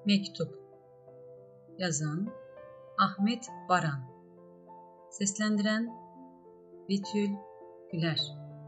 Mektup. Yazan Ahmet Baran. Seslendiren Betül Güler.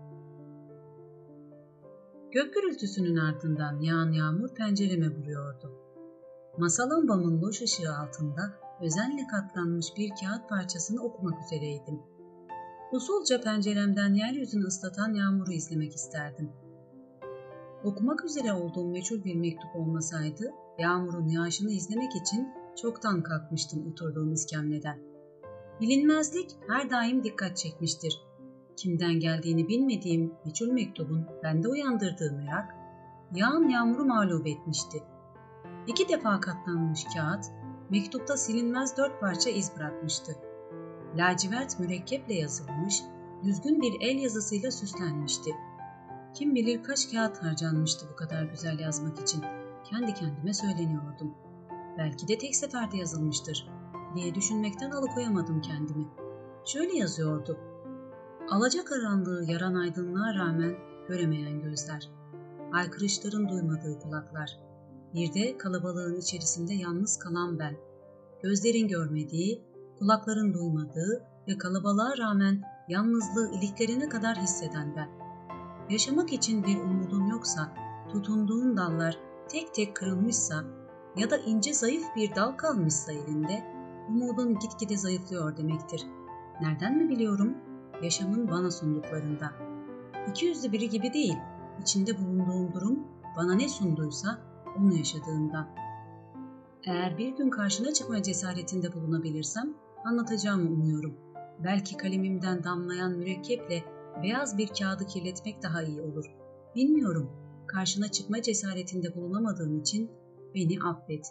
Gök gürültüsünün ardından yağan yağmur pencereme vuruyordu. Masa lambamın loş ışığı altında özenle katlanmış bir kağıt parçasını okumak üzereydim. Usulca penceremden yeryüzünü ıslatan yağmuru izlemek isterdim. Okumak üzere olduğum meçhul bir mektup olmasaydı, yağmurun yağışını izlemek için çoktan kalkmıştım oturduğum iskemleden. Bilinmezlik her daim dikkat çekmiştir. Kimden geldiğini bilmediğim meçhul mektubun bende uyandırdığı merak, yağan yağmuru mağlup etmişti. 2 defa katlanmış kağıt, mektupta silinmez 4 parça iz bırakmıştı. Lacivert mürekkeple yazılmış, düzgün bir el yazısıyla süslenmişti. Kim bilir kaç kağıt harcanmıştı bu kadar güzel yazmak için. Kendi kendime söyleniyordum. Belki de tek seferde yazılmıştır diye düşünmekten alıkoyamadım kendimi. Şöyle yazıyordu: alacakaranlığı yaran aydınlığa rağmen göremeyen gözler, haykırışların duymadığı kulaklar, bir de kalabalığın içerisinde yalnız kalan ben, gözlerin görmediği, kulakların duymadığı ve kalabalığa rağmen yalnızlığı iliklerine kadar hisseden ben. Yaşamak için bir umudun yoksa, tutunduğun dallar tek tek kırılmışsa ya da ince zayıf bir dal kalmışsa elinde, umudun gitgide zayıflıyor demektir. Nereden mi biliyorum? Yaşamın bana sunduklarında. 200'lü biri gibi değil, içinde bulunduğum durum bana ne sunduysa onu yaşadığımdan. Eğer bir gün karşına çıkma cesaretinde bulunabilirsem anlatacağımı umuyorum. Belki kalemimden damlayan mürekkeple beyaz bir kağıdı kirletmek daha iyi olur. Bilmiyorum. Karşına çıkma cesaretinde bulunamadığım için beni affet.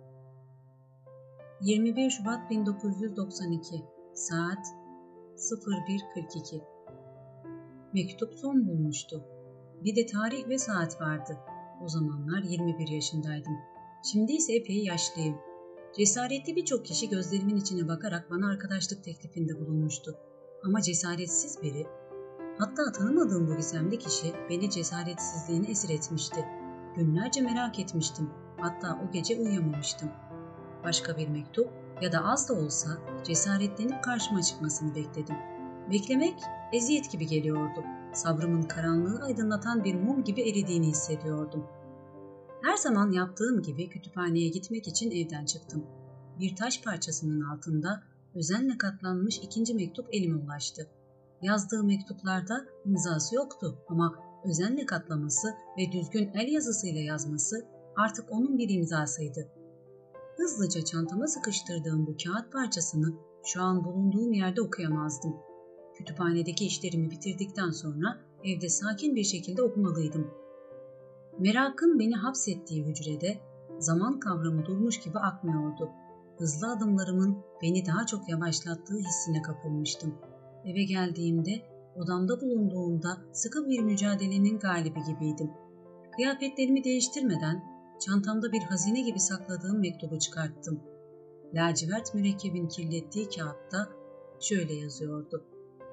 21 Şubat 1992 Saat 01:42. Mektup son bulmuştu. Bir de tarih ve saat vardı. O zamanlar 21 yaşındaydım. Şimdi ise epey yaşlıyım. Cesaretli birçok kişi gözlerimin içine bakarak bana arkadaşlık teklifinde bulunmuştu. Ama cesaretsiz biri, hatta tanımadığım bu gizemli kişi beni cesaretsizliğine esir etmişti. Günlerce merak etmiştim. Hatta o gece uyuyamamıştım. Başka bir mektup ya da az da olsa cesaretlenip karşıma çıkmasını bekledim. Beklemek eziyet gibi geliyordu. Sabrımın karanlığı aydınlatan bir mum gibi eridiğini hissediyordum. Her zaman yaptığım gibi kütüphaneye gitmek için evden çıktım. Bir taş parçasının altında özenle katlanmış 2. mektup elime ulaştı. Yazdığı mektuplarda imzası yoktu ama özenle katlaması ve düzgün el yazısıyla yazması artık onun bir imzasıydı. Hızlıca çantama sıkıştırdığım bu kağıt parçasını şu an bulunduğum yerde okuyamazdım. Kütüphanedeki işlerimi bitirdikten sonra evde sakin bir şekilde okumalıydım. Merakın beni hapsettiği hücrede zaman kavramı durmuş gibi akmıyordu. Hızlı adımlarımın beni daha çok yavaşlattığı hissine kapılmıştım. Eve geldiğimde, odamda bulunduğumda sıkı bir mücadelenin galibi gibiydim. Kıyafetlerimi değiştirmeden çantamda bir hazine gibi sakladığım mektubu çıkarttım. Lacivert mürekkebin kirlettiği kağıtta şöyle yazıyordu: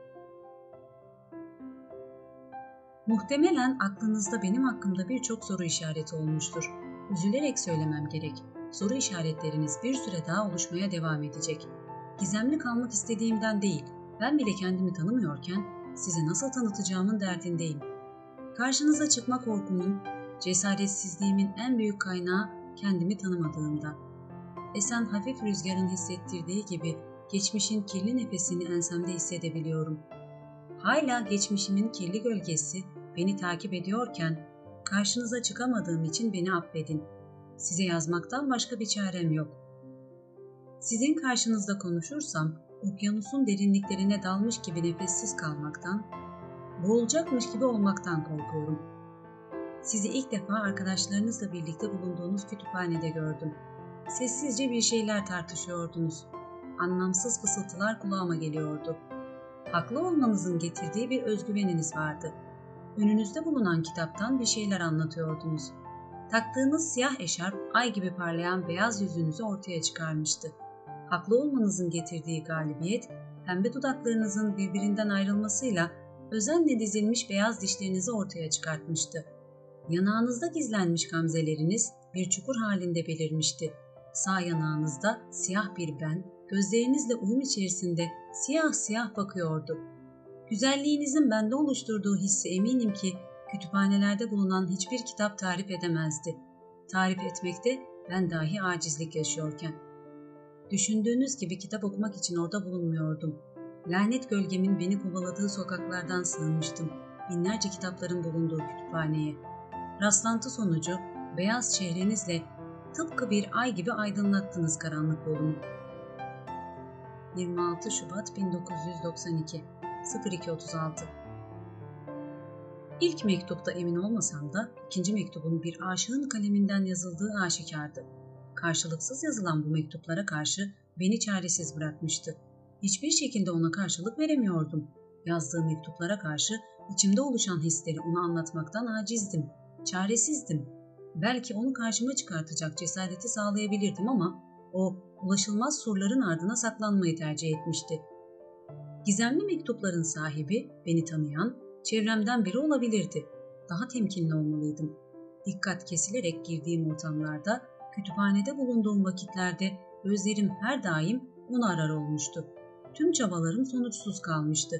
muhtemelen aklınızda benim hakkımda birçok soru işareti olmuştur. Üzülerek söylemem gerek. Soru işaretleriniz bir süre daha oluşmaya devam edecek. Gizemli kalmak istediğimden değil, ben bile kendimi tanımıyorken size nasıl tanıtacağımın derdindeyim. Karşınıza çıkma korkumun, cesaretsizliğimin en büyük kaynağı kendimi tanımadığımda. Esen hafif rüzgarın hissettirdiği gibi geçmişin kirli nefesini ensemde hissedebiliyorum. Hala geçmişimin kirli gölgesi beni takip ediyorken karşınıza çıkamadığım için beni affedin. Size yazmaktan başka bir çarem yok. Sizin karşınızda konuşursam okyanusun derinliklerine dalmış gibi nefessiz kalmaktan, boğulacakmış gibi olmaktan korkuyorum. Sizi ilk defa arkadaşlarınızla birlikte bulunduğunuz kütüphanede gördüm. Sessizce bir şeyler tartışıyordunuz. Anlamsız fısıltılar kulağıma geliyordu. Haklı olmanızın getirdiği bir özgüveniniz vardı. Önünüzde bulunan kitaptan bir şeyler anlatıyordunuz. Taktığınız siyah eşarp ay gibi parlayan beyaz yüzünüzü ortaya çıkarmıştı. Haklı olmanızın getirdiği galibiyet, pembe dudaklarınızın birbirinden ayrılmasıyla özenle dizilmiş beyaz dişlerinizi ortaya çıkartmıştı. Yanağınızda gizlenmiş gamzeleriniz, bir çukur halinde belirmişti. Sağ yanağınızda siyah bir ben, gözlerinizle uyum içerisinde siyah siyah bakıyordu. Güzelliğinizin bende oluşturduğu hissi eminim ki kütüphanelerde bulunan hiçbir kitap tarif edemezdi. Tarif etmekte ben dahi acizlik yaşıyorken. Düşündüğünüz gibi kitap okumak için orada bulunmuyordum. Lanet gölgemin beni kovaladığı sokaklardan sığınmıştım. Binlerce kitapların bulunduğu kütüphaneye. Rastlantı sonucu beyaz çehrenizle tıpkı bir ay gibi aydınlattınız karanlık yolumu. 26 Şubat 1992 02.36 İlk mektupta emin olmasam da ikinci mektubun bir aşığın kaleminden yazıldığı aşikardı. Karşılıksız yazılan bu mektuplara karşı beni çaresiz bırakmıştı. Hiçbir şekilde ona karşılık veremiyordum. Yazdığı mektuplara karşı içimde oluşan hisleri ona anlatmaktan acizdim. Çaresizdim. Belki onu karşıma çıkartacak cesareti sağlayabilirdim ama o ulaşılmaz surların ardına saklanmayı tercih etmişti. Gizemli mektupların sahibi, beni tanıyan, çevremden biri olabilirdi. Daha temkinli olmalıydım. Dikkat kesilerek girdiğim ortamlarda, kütüphanede bulunduğum vakitlerde gözlerim her daim onu arar olmuştu. Tüm çabalarım sonuçsuz kalmıştı.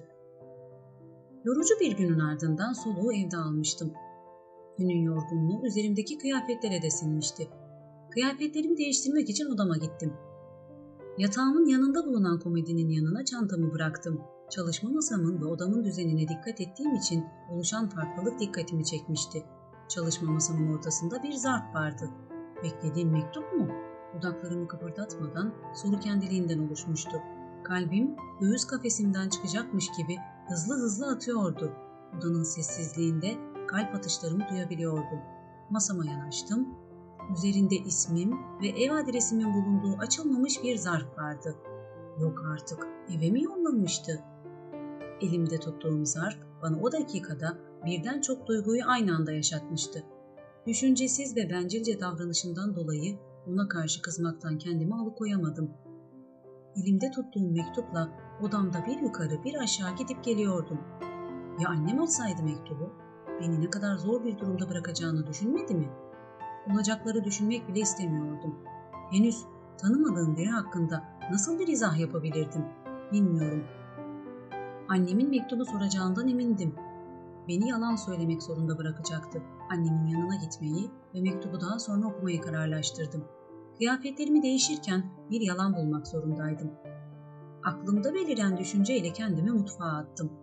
Yorucu bir günün ardından soluğu evde almıştım. Günün yorgunluğu üzerimdeki kıyafetlere de sinmişti. Kıyafetlerimi değiştirmek için odama gittim. Yatağımın yanında bulunan komodinin yanına çantamı bıraktım. Çalışma masamın ve odamın düzenine dikkat ettiğim için oluşan farklılık dikkatimi çekmişti. Çalışma masamın ortasında bir zarf vardı. Beklediğim mektup mu? Dudaklarımı kıpırdatmadan soru kendiliğinden oluşmuştu. Kalbim göğüs kafesimden çıkacakmış gibi hızlı hızlı atıyordu. Odanın sessizliğinde kalp atışlarımı duyabiliyordum. Masama yanaştım. Üzerinde ismim ve ev adresimin bulunduğu açılmamış bir zarf vardı. Yok artık, eve mi yollamıştı? Elimde tuttuğum zarf bana o dakikada birden çok duyguyu aynı anda yaşatmıştı. Düşüncesiz ve bencilce davranışından dolayı ona karşı kızmaktan kendimi alıkoyamadım. Elimde tuttuğum mektupla odamda bir yukarı bir aşağı gidip geliyordum. Ya annem açsaydı mektubu, beni ne kadar zor bir durumda bırakacağını düşünmedi mi? Olacakları düşünmek bile istemiyordum. Henüz tanımadığım biri hakkında nasıl bir izah yapabilirdim, bilmiyorum. Annemin mektubu soracağından emindim. Beni yalan söylemek zorunda bırakacaktı. Annemin yanına gitmeyi ve mektubu daha sonra okumayı kararlaştırdım. Kıyafetlerimi değişirken bir yalan bulmak zorundaydım. Aklımda beliren düşünceyle kendimi mutfağa attım.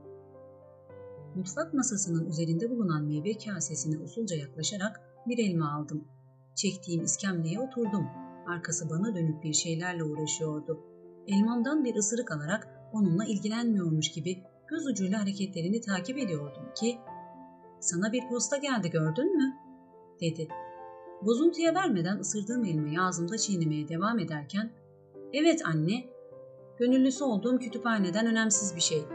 Mutfak masasının üzerinde bulunan meyve kasesine usulca yaklaşarak bir elma aldım. Çektiğim iskemleye oturdum. Arkası bana dönük bir şeylerle uğraşıyordu. Elmamdan bir ısırık alarak onunla ilgilenmiyormuş gibi göz ucuyla hareketlerini takip ediyordum ki "Sana bir posta geldi, gördün mü?" dedi. Bozuntuya vermeden ısırdığım elmayı ağzımda çiğnemeye devam ederken "Evet anne, gönüllüsü olduğum kütüphaneden önemsiz bir şey.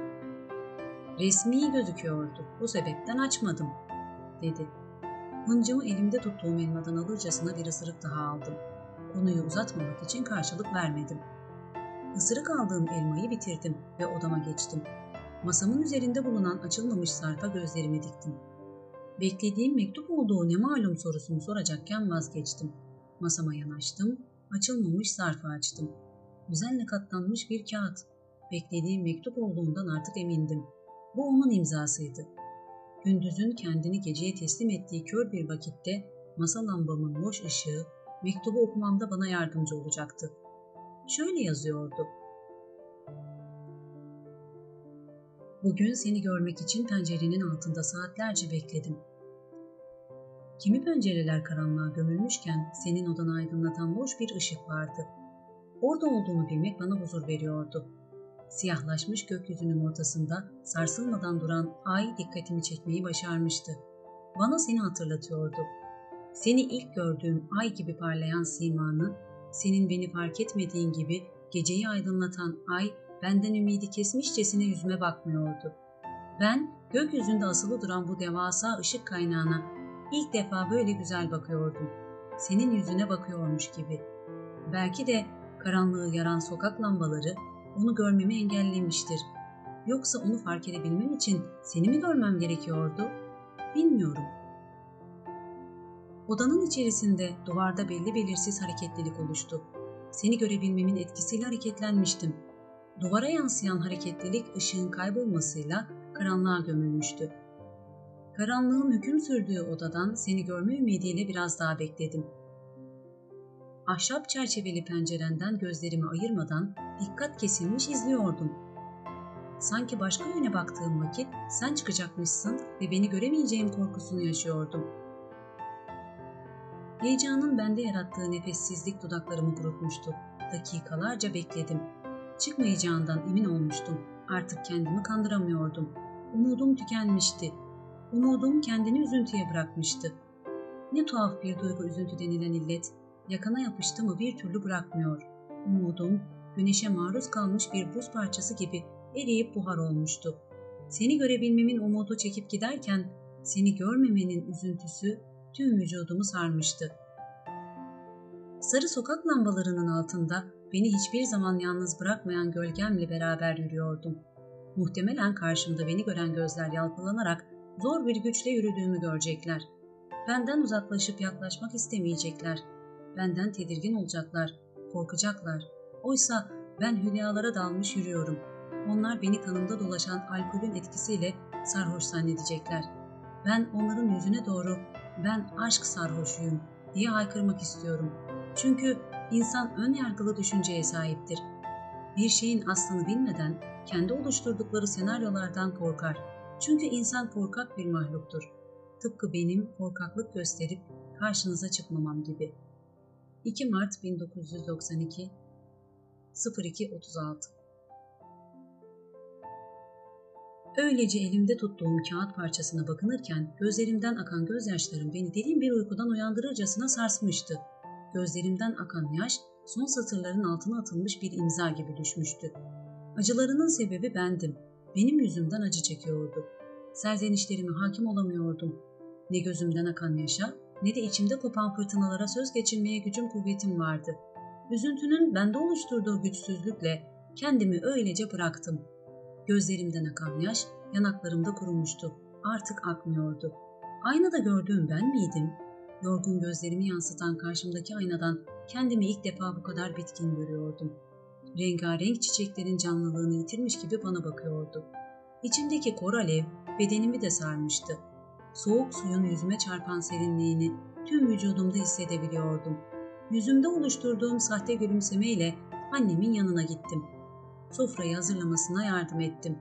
Resmi gözüküyordu, bu sebepten açmadım," dedi. Hıncımı elimde tuttuğum elmadan alırcasına bir ısırık daha aldım. Konuyu uzatmamak için karşılık vermedim. Isırık aldığım elmayı bitirdim ve odama geçtim. Masamın üzerinde bulunan açılmamış zarfa gözlerimi diktim. Beklediğim mektup olduğu ne malum sorusunu soracakken vazgeçtim. Masama yanaştım, açılmamış zarfı açtım. Özenle katlanmış bir kağıt. Beklediğim mektup olduğundan artık emindim. Bu onun imzasıydı. Gündüzün kendini geceye teslim ettiği kör bir vakitte masa lambamın loş ışığı mektubu okumamda bana yardımcı olacaktı. Şöyle yazıyordu: "Bugün seni görmek için pencerenin altında saatlerce bekledim. Kimi pencereler karanlığa gömülmüşken senin odanı aydınlatan loş bir ışık vardı. Orada olduğunu bilmek bana huzur veriyordu. Siyahlaşmış gökyüzünün ortasında sarsılmadan duran ay dikkatimi çekmeyi başarmıştı. Bana seni hatırlatıyordu. Seni ilk gördüğüm ay gibi parlayan simanı, senin beni fark etmediğin gibi geceyi aydınlatan ay benden ümidi kesmişçesine yüzüme bakmıyordu. Ben gökyüzünde asılı duran bu devasa ışık kaynağına ilk defa böyle güzel bakıyordum. Senin yüzüne bakıyormuş gibi. Belki de karanlığı yaran sokak lambaları onu görmemi engellemiştir. Yoksa onu fark edebilmem için seni mi görmem gerekiyordu? Bilmiyorum. Odanın içerisinde duvarda belli belirsiz hareketlilik oluştu. Seni görebilmemin etkisiyle hareketlenmiştim. Duvara yansıyan hareketlilik ışığın kaybolmasıyla karanlığa gömülmüştü. Karanlığın hüküm sürdüğü odadan seni görme ümidiyle biraz daha bekledim. Ahşap çerçeveli pencerenden gözlerimi ayırmadan dikkat kesilmiş izliyordum. Sanki başka yöne baktığım vakit sen çıkacakmışsın ve beni göremeyeceğim korkusunu yaşıyordum. Heyecanın bende yarattığı nefessizlik dudaklarımı kurutmuştu. Dakikalarca bekledim. Çıkmayacağından emin olmuştum. Artık kendimi kandıramıyordum. Umudum tükenmişti. Umudum kendini üzüntüye bırakmıştı. Ne tuhaf bir duygu üzüntü denilen illet. Yakana yapıştı mı bir türlü bırakmıyor. Umudum, güneşe maruz kalmış bir buz parçası gibi eriyip buhar olmuştu. Seni görebilmemin umudu çekip giderken, seni görmemenin üzüntüsü tüm vücudumu sarmıştı. Sarı sokak lambalarının altında beni hiçbir zaman yalnız bırakmayan gölgemle beraber yürüyordum. Muhtemelen karşımda beni gören gözler yalpalanarak zor bir güçle yürüdüğümü görecekler. Benden uzaklaşıp yaklaşmak istemeyecekler. Benden tedirgin olacaklar, korkacaklar. Oysa ben hülyalara dalmış yürüyorum. Onlar beni kanımda dolaşan alkolün etkisiyle sarhoş zannedecekler. Ben onların yüzüne doğru "Ben aşk sarhoşuyum" diye haykırmak istiyorum. Çünkü insan ön yargılı düşünceye sahiptir. Bir şeyin aslını bilmeden kendi oluşturdukları senaryolardan korkar. Çünkü insan korkak bir mahluktur. Tıpkı benim korkaklık gösterip karşınıza çıkmamam gibi. 2 Mart 1992 02.36. Öylece elimde tuttuğum kağıt parçasına bakınırken gözlerimden akan gözyaşlarım beni derin bir uykudan uyandırırcasına sarsmıştı. Gözlerimden akan yaş son satırların altına atılmış bir imza gibi düşmüştü. Acılarının sebebi bendim. Benim yüzümden acı çekiyordu. Serzenişlerime hakim olamıyordum. Ne gözümden akan yaşa ne de içimde kopan fırtınalara söz geçirmeye gücüm kuvvetim vardı. Üzüntünün bende oluşturduğu güçsüzlükle kendimi öylece bıraktım. Gözlerimden akan yaş yanaklarımda kurumuştu. Artık akmıyordu. Aynada gördüğüm ben miydim? Yorgun gözlerimi yansıtan karşımdaki aynadan kendimi ilk defa bu kadar bitkin görüyordum. Rengarenk çiçeklerin canlılığını yitirmiş gibi bana bakıyordu. İçimdeki kor alev bedenimi de sarmıştı. Soğuk suyun yüzüme çarpan serinliğini tüm vücudumda hissedebiliyordum. Yüzümde oluşturduğum sahte gülümsemeyle annemin yanına gittim. Sofrayı hazırlamasına yardım ettim.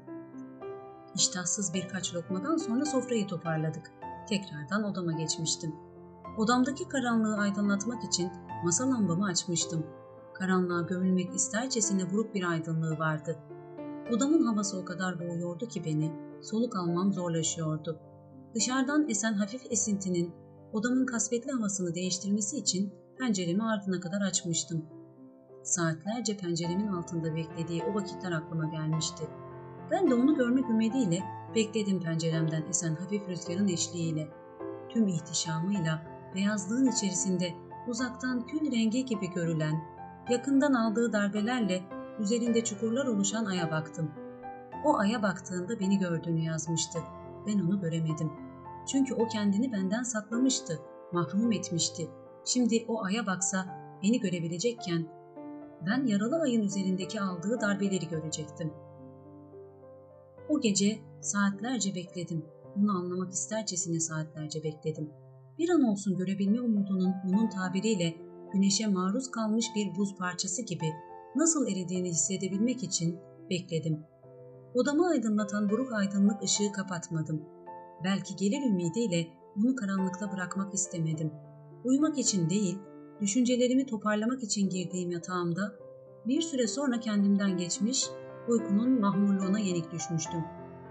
İştahsız birkaç lokmadan sonra sofrayı toparladık. Tekrardan odama geçmiştim. Odamdaki karanlığı aydınlatmak için masa lambamı açmıştım. Karanlığa gömülmek istercesine buruk bir aydınlığı vardı. Odamın havası o kadar boğuyordu ki beni, soluk almam zorlaşıyordu. Dışarıdan esen hafif esintinin odamın kasvetli havasını değiştirmesi için penceremi ardına kadar açmıştım. Saatlerce penceremin altında beklediği o vakitler aklıma gelmişti. Ben de onu görmek ümidiyle bekledim penceremden esen hafif rüzgarın eşliğiyle. Tüm ihtişamıyla beyazlığın içerisinde uzaktan kül rengi gibi görülen, yakından aldığı darbelerle üzerinde çukurlar oluşan aya baktım. O aya baktığında beni gördüğünü yazmıştı. Ben onu göremedim. Çünkü o kendini benden saklamıştı, mahrum etmişti. Şimdi o aya baksa beni görebilecekken ben yaralı ayın üzerindeki aldığı darbeleri görecektim. O gece saatlerce bekledim. Bunu anlamak istercesine saatlerce bekledim. Bir an olsun görebilme umudunun onun tabiriyle güneşe maruz kalmış bir buz parçası gibi nasıl eridiğini hissedebilmek için bekledim. Odamı aydınlatan buruk aydınlık ışığı kapatmadım. Belki gelir ümidiyle bunu karanlıkta bırakmak istemedim. Uyumak için değil, düşüncelerimi toparlamak için girdiğim yatağımda bir süre sonra kendimden geçmiş, uykunun mahmurluğuna yenik düşmüştüm.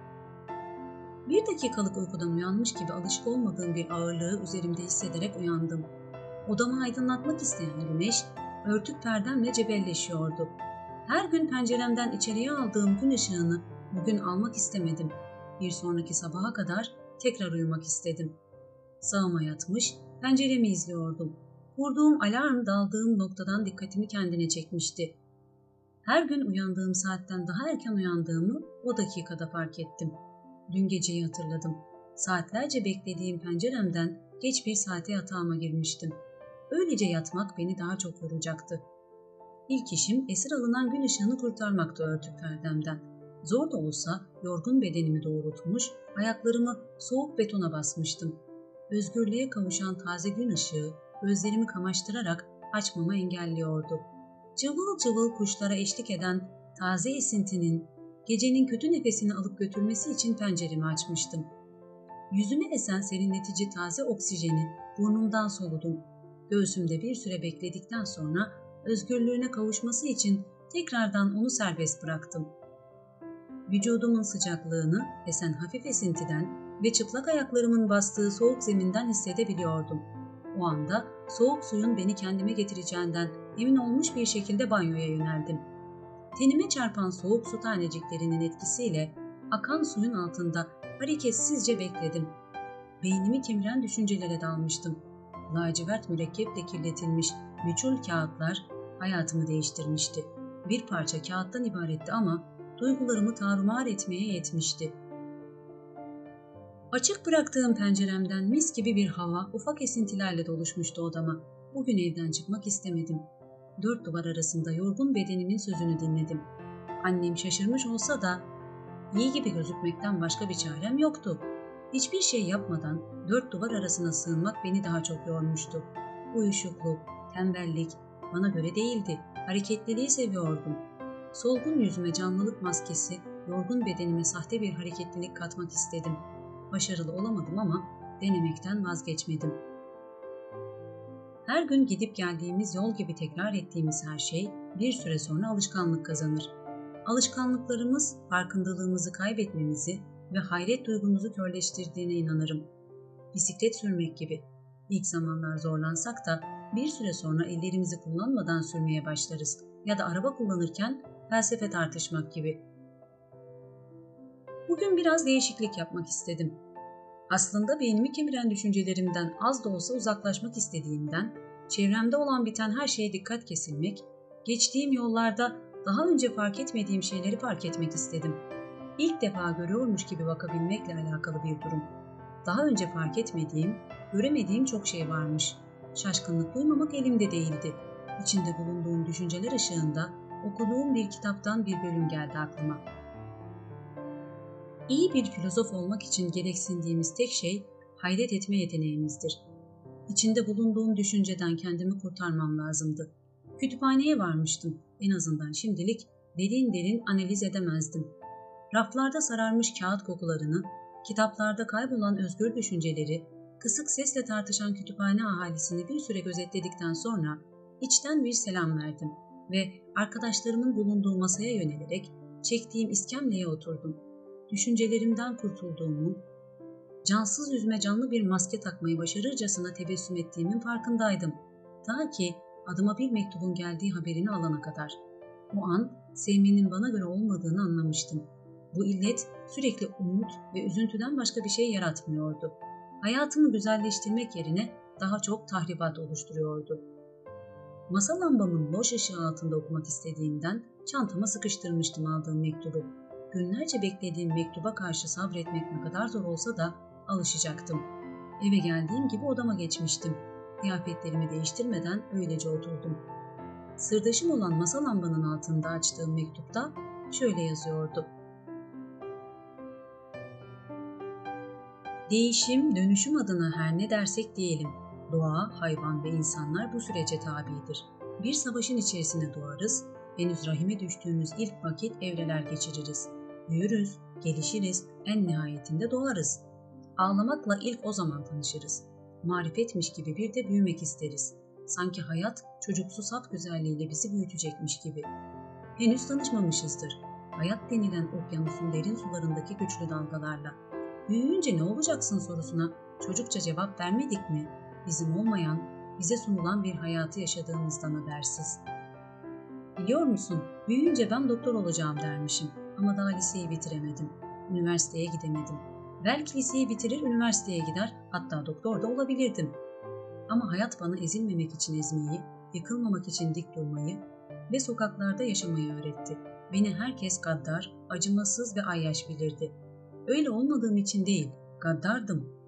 Bir dakikalık uykudan uyanmış gibi alışık olmadığım bir ağırlığı üzerimde hissederek uyandım. Odamı aydınlatmak isteyen güneş, örtük perdemle cebelleşiyordu. Her gün penceremden içeriye aldığım gün ışığını bugün almak istemedim. Bir sonraki sabaha kadar tekrar uyumak istedim. Sağıma yatmış, penceremi izliyordum. Kurduğum alarm daldığım noktadan dikkatimi kendine çekmişti. Her gün uyandığım saatten daha erken uyandığımı o dakikada fark ettim. Dün geceyi hatırladım. Saatlerce beklediğim penceremden geç bir saate yatağıma girmiştim. Öylece yatmak beni daha çok yoracaktı. İlk işim esir alınan gün ışığını kurtarmaktı örtük perdemden. Zor da olsa yorgun bedenimi doğrultmuş, ayaklarımı soğuk betona basmıştım. Özgürlüğe kavuşan taze gün ışığı gözlerimi kamaştırarak açmamı engelliyordu. Cıvıl cıvıl kuşlara eşlik eden taze esintinin gecenin kötü nefesini alıp götürmesi için penceremi açmıştım. Yüzüme esen serinletici taze oksijeni burnumdan soludum. Göğsümde bir süre bekledikten sonra özgürlüğüne kavuşması için tekrardan onu serbest bıraktım. Vücudumun sıcaklığını esen hafif esintiden ve çıplak ayaklarımın bastığı soğuk zeminden hissedebiliyordum. O anda soğuk suyun beni kendime getireceğinden emin olmuş bir şekilde banyoya yöneldim. Tenime çarpan soğuk su taneciklerinin etkisiyle akan suyun altında hareketsizce bekledim. Beynimi kemiren düşüncelere dalmıştım. Lacivert mürekkeple kirletilmiş meçhul kağıtlar hayatımı değiştirmişti. Bir parça kağıttan ibaretti ama duygularımı tarumar etmeye yetmişti. Açık bıraktığım penceremden mis gibi bir hava ufak esintilerle doluşmuştu odama. Bugün evden çıkmak istemedim. Dört duvar arasında yorgun bedenimin sözünü dinledim. Annem şaşırmış olsa da iyi gibi gözükmekten başka bir çarem yoktu. Hiçbir şey yapmadan dört duvar arasına sığınmak beni daha çok yormuştu. Uyuşukluk, tembellik bana göre değildi. Hareketliliği seviyordum. Solgun yüzüme canlılık maskesi, yorgun bedenime sahte bir hareketlilik katmak istedim. Başarılı olamadım ama denemekten vazgeçmedim. Her gün gidip geldiğimiz yol gibi tekrar ettiğimiz her şey bir süre sonra alışkanlık kazanır. Alışkanlıklarımız farkındalığımızı kaybetmemizi ve hayret duygumuzu körleştirdiğine inanırım. Bisiklet sürmek gibi. İlk zamanlar zorlansak da bir süre sonra ellerimizi kullanmadan sürmeye başlarız ya da araba kullanırken felsefe tartışmak gibi. Bugün biraz değişiklik yapmak istedim. Aslında beynimi kemiren düşüncelerimden az da olsa uzaklaşmak istediğimden, çevremde olan biten her şeye dikkat kesilmek, geçtiğim yollarda daha önce fark etmediğim şeyleri fark etmek istedim. İlk defa görüyormuş gibi bakabilmekle alakalı bir durum. Daha önce fark etmediğim, göremediğim çok şey varmış. Şaşkınlık duymamak elimde değildi. İçinde bulunduğum düşünceler ışığında okuduğum bir kitaptan bir bölüm geldi aklıma. İyi bir filozof olmak için gereksindiğimiz tek şey hayret etme yeteneğimizdir. İçinde bulunduğum düşünceden kendimi kurtarmam lazımdı. Kütüphaneye varmıştım. En azından şimdilik derin derin analiz edemezdim. Raflarda sararmış kağıt kokularını, kitaplarda kaybolan özgür düşünceleri, kısık sesle tartışan kütüphane ahalisini bir süre gözetledikten sonra içten bir selam verdim ve arkadaşlarımın bulunduğu masaya yönelerek çektiğim iskemleye oturdum. Düşüncelerimden kurtulduğumu, cansız yüzüme canlı bir maske takmayı başarırcasına tebessüm ettiğimin farkındaydım. Ta ki adıma bir mektubun geldiği haberini alana kadar. O an sevmenin bana göre olmadığını anlamıştım. Bu illet sürekli umut ve üzüntüden başka bir şey yaratmıyordu. Hayatımı güzelleştirmek yerine daha çok tahribat oluşturuyordu. Masa lambamın loş ışığı altında okumak istediğimden çantama sıkıştırmıştım aldığım mektubu. Günlerce beklediğim mektuba karşı sabretmek ne kadar zor olsa da alışacaktım. Eve geldiğim gibi odama geçmiştim. Kıyafetlerimi değiştirmeden öylece oturdum. Sırdaşım olan masa lambanın altında açtığım mektupta şöyle yazıyordu. Değişim, dönüşüm adına her ne dersek diyelim, doğa, hayvan ve insanlar bu sürece tabidir. Bir savaşın içerisine doğarız, henüz rahime düştüğümüz ilk vakit evreler geçiririz. Büyürüz, gelişiriz, en nihayetinde doğarız. Ağlamakla ilk o zaman tanışırız. Marifetmiş gibi bir de büyümek isteriz. Sanki hayat çocuksu saf güzelliğiyle bizi büyütecekmiş gibi. Henüz tanışmamışızdır. Hayat denilen okyanusun derin sularındaki güçlü dalgalarla. Büyüyünce ne olacaksın sorusuna çocukça cevap vermedik mi? Bizim olmayan, bize sunulan bir hayatı yaşadığımızdan habersiz. Biliyor musun, büyüyünce ben doktor olacağım dermişim ama daha liseyi bitiremedim. Üniversiteye gidemedim. Belki liseyi bitirir, üniversiteye gider, hatta doktor da olabilirdim. Ama hayat bana ezilmemek için ezmeyi, yıkılmamak için dik durmayı ve sokaklarda yaşamayı öğretti. Beni herkes gaddar, acımasız ve ayyaş bilirdi. Öyle olmadığım için değil, gaddardım.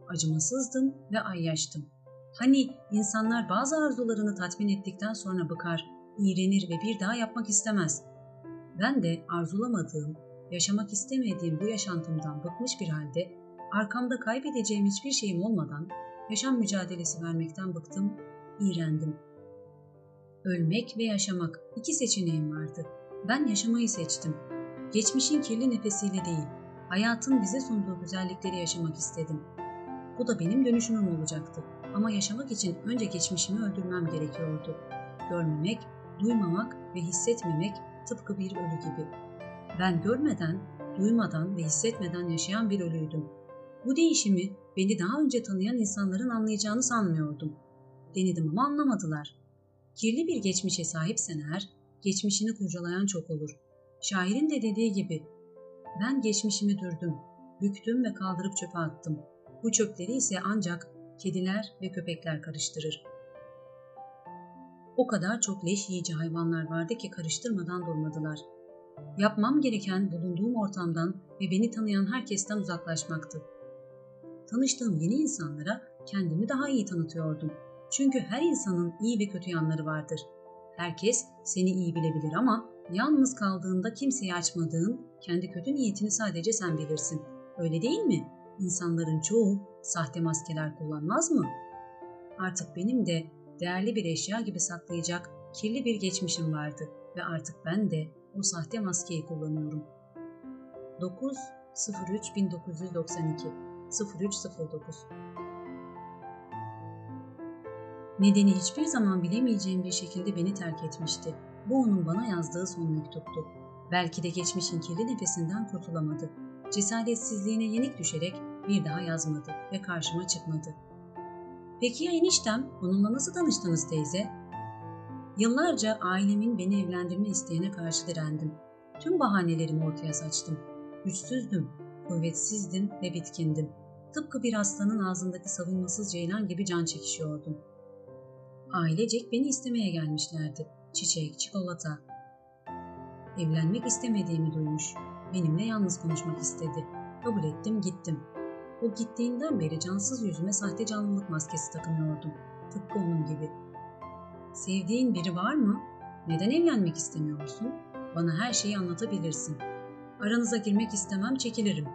Acımasızdım ve ayyaştım. Hani insanlar bazı arzularını tatmin ettikten sonra bıkar, iğrenir ve bir daha yapmak istemez. Ben de arzulamadığım, yaşamak istemediğim bu yaşantımdan bıkmış bir halde arkamda kaybedeceğim hiçbir şeyim olmadan yaşam mücadelesi vermekten bıktım, iğrendim. Ölmek ve yaşamak, 2 seçeneğim vardı. Ben yaşamayı seçtim. Geçmişin kirli nefesiyle değil, hayatın bize sunduğu güzellikleri yaşamak istedim. Bu da benim dönüşümüm olacaktı. Ama yaşamak için önce geçmişimi öldürmem gerekiyordu. Görmemek, duymamak ve hissetmemek tıpkı bir ölü gibi. Ben görmeden, duymadan ve hissetmeden yaşayan bir ölüydüm. Bu değişimi beni daha önce tanıyan insanların anlayacağını sanmıyordum. Denedim ama anlamadılar. Kirli bir geçmişe sahipsen eğer, geçmişini kurcalayan çok olur. Şairin de dediği gibi, ben geçmişimi dürdüm, büktüm ve kaldırıp çöpe attım. Bu çöpleri ise ancak kediler ve köpekler karıştırır. O kadar çok leş yiyici hayvanlar vardı ki karıştırmadan durmadılar. Yapmam gereken bulunduğum ortamdan ve beni tanıyan herkesten uzaklaşmaktı. Tanıştığım yeni insanlara kendimi daha iyi tanıtıyordum. Çünkü her insanın iyi ve kötü yanları vardır. Herkes seni iyi bilebilir ama yalnız kaldığında kimseye açmadığın kendi kötü niyetini sadece sen bilirsin. Öyle değil mi? İnsanların çoğu sahte maskeler kullanmaz mı? Artık benim de değerli bir eşya gibi saklayacak kirli bir geçmişim vardı ve artık ben de o sahte maskeyi kullanıyorum. 9.03.1992 03.09 Nedeni hiçbir zaman bilemeyeceğim bir şekilde beni terk etmişti. Bu onun bana yazdığı son mektuptu. Belki de geçmişin kirli nefesinden kurtulamadı. Cesaretsizliğine yenik düşerek bir daha yazmadı ve karşıma çıkmadı. Peki ya eniştem? Onunla nasıl tanıştınız teyze? Yıllarca ailemin beni evlendirme isteğine karşı direndim. Tüm bahanelerimi ortaya saçtım. Güçsüzdüm, kuvvetsizdim ve bitkindim. Tıpkı bir aslanın ağzındaki savunmasız ceylan gibi can çekişiyordum. Ailecek beni istemeye gelmişlerdi. Çiçek, çikolata. Evlenmek istemediğimi duymuş. Benimle yalnız konuşmak istedi. Kabul ettim, gittim. O gittiğinden beri cansız yüzüme sahte canlılık maskesi takınıyordum. Tıpkı onun gibi. Sevdiğin biri var mı? Neden evlenmek istemiyorsun? Bana her şeyi anlatabilirsin. Aranıza girmek istemem, çekilirim.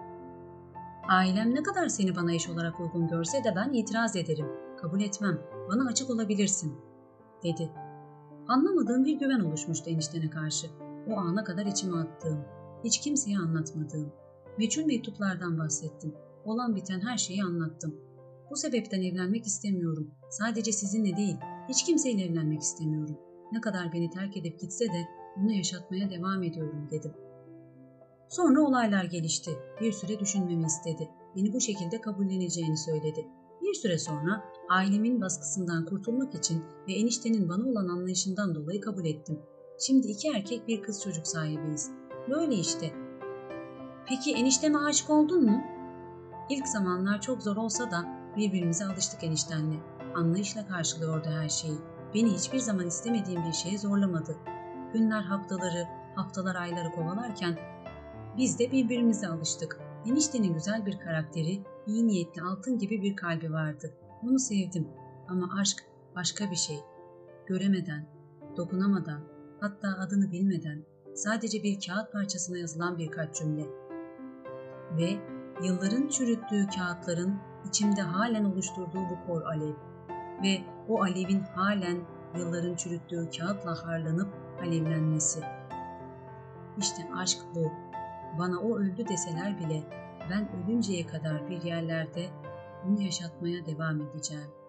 Ailem ne kadar seni bana eş olarak uygun görse de ben itiraz ederim. Kabul etmem. Bana açık olabilirsin, dedi. Anlamadığım bir güven oluşmuştu eniştene karşı. O ana kadar içime attığım, hiç kimseye anlatmadığım. Meçhul mektuplardan bahsettim. Olan biten her şeyi anlattım. Bu sebepten evlenmek istemiyorum. Sadece sizinle değil, hiç kimseyle evlenmek istemiyorum. Ne kadar beni terk edip gitse de onu yaşatmaya devam ediyorum, dedim. Sonra olaylar gelişti. Bir süre düşünmemi istedi. Beni bu şekilde kabulleneceğini söyledi. Bir süre sonra ailemin baskısından kurtulmak için ve eniştenin bana olan anlayışından dolayı kabul ettim. Şimdi 2 erkek bir kız çocuk sahibiyiz. Böyle işte. Peki enişteme aşık oldun mu? İlk zamanlar çok zor olsa da birbirimize alıştık eniştenle. Anlayışla karşılıyordu her şeyi. Beni hiçbir zaman istemediğim bir şeye zorlamadı. Günler haftalar ayları kovalarken biz de birbirimize alıştık. Eniştenin güzel bir karakteri, iyi niyetli altın gibi bir kalbi vardı. Onu sevdim ama aşk başka bir şey. Göremeden, dokunamadan, hatta adını bilmeden sadece bir kağıt parçasına yazılan birkaç cümle. Ve yılların çürüttüğü kağıtların içimde halen oluşturduğu bu kor alev. Ve o alevin halen yılların çürüttüğü kağıtla harlanıp alevlenmesi. İşte aşk bu. Bana o öldü deseler bile ben ölünceye kadar bir yerlerde onu yaşatmaya devam edeceğim.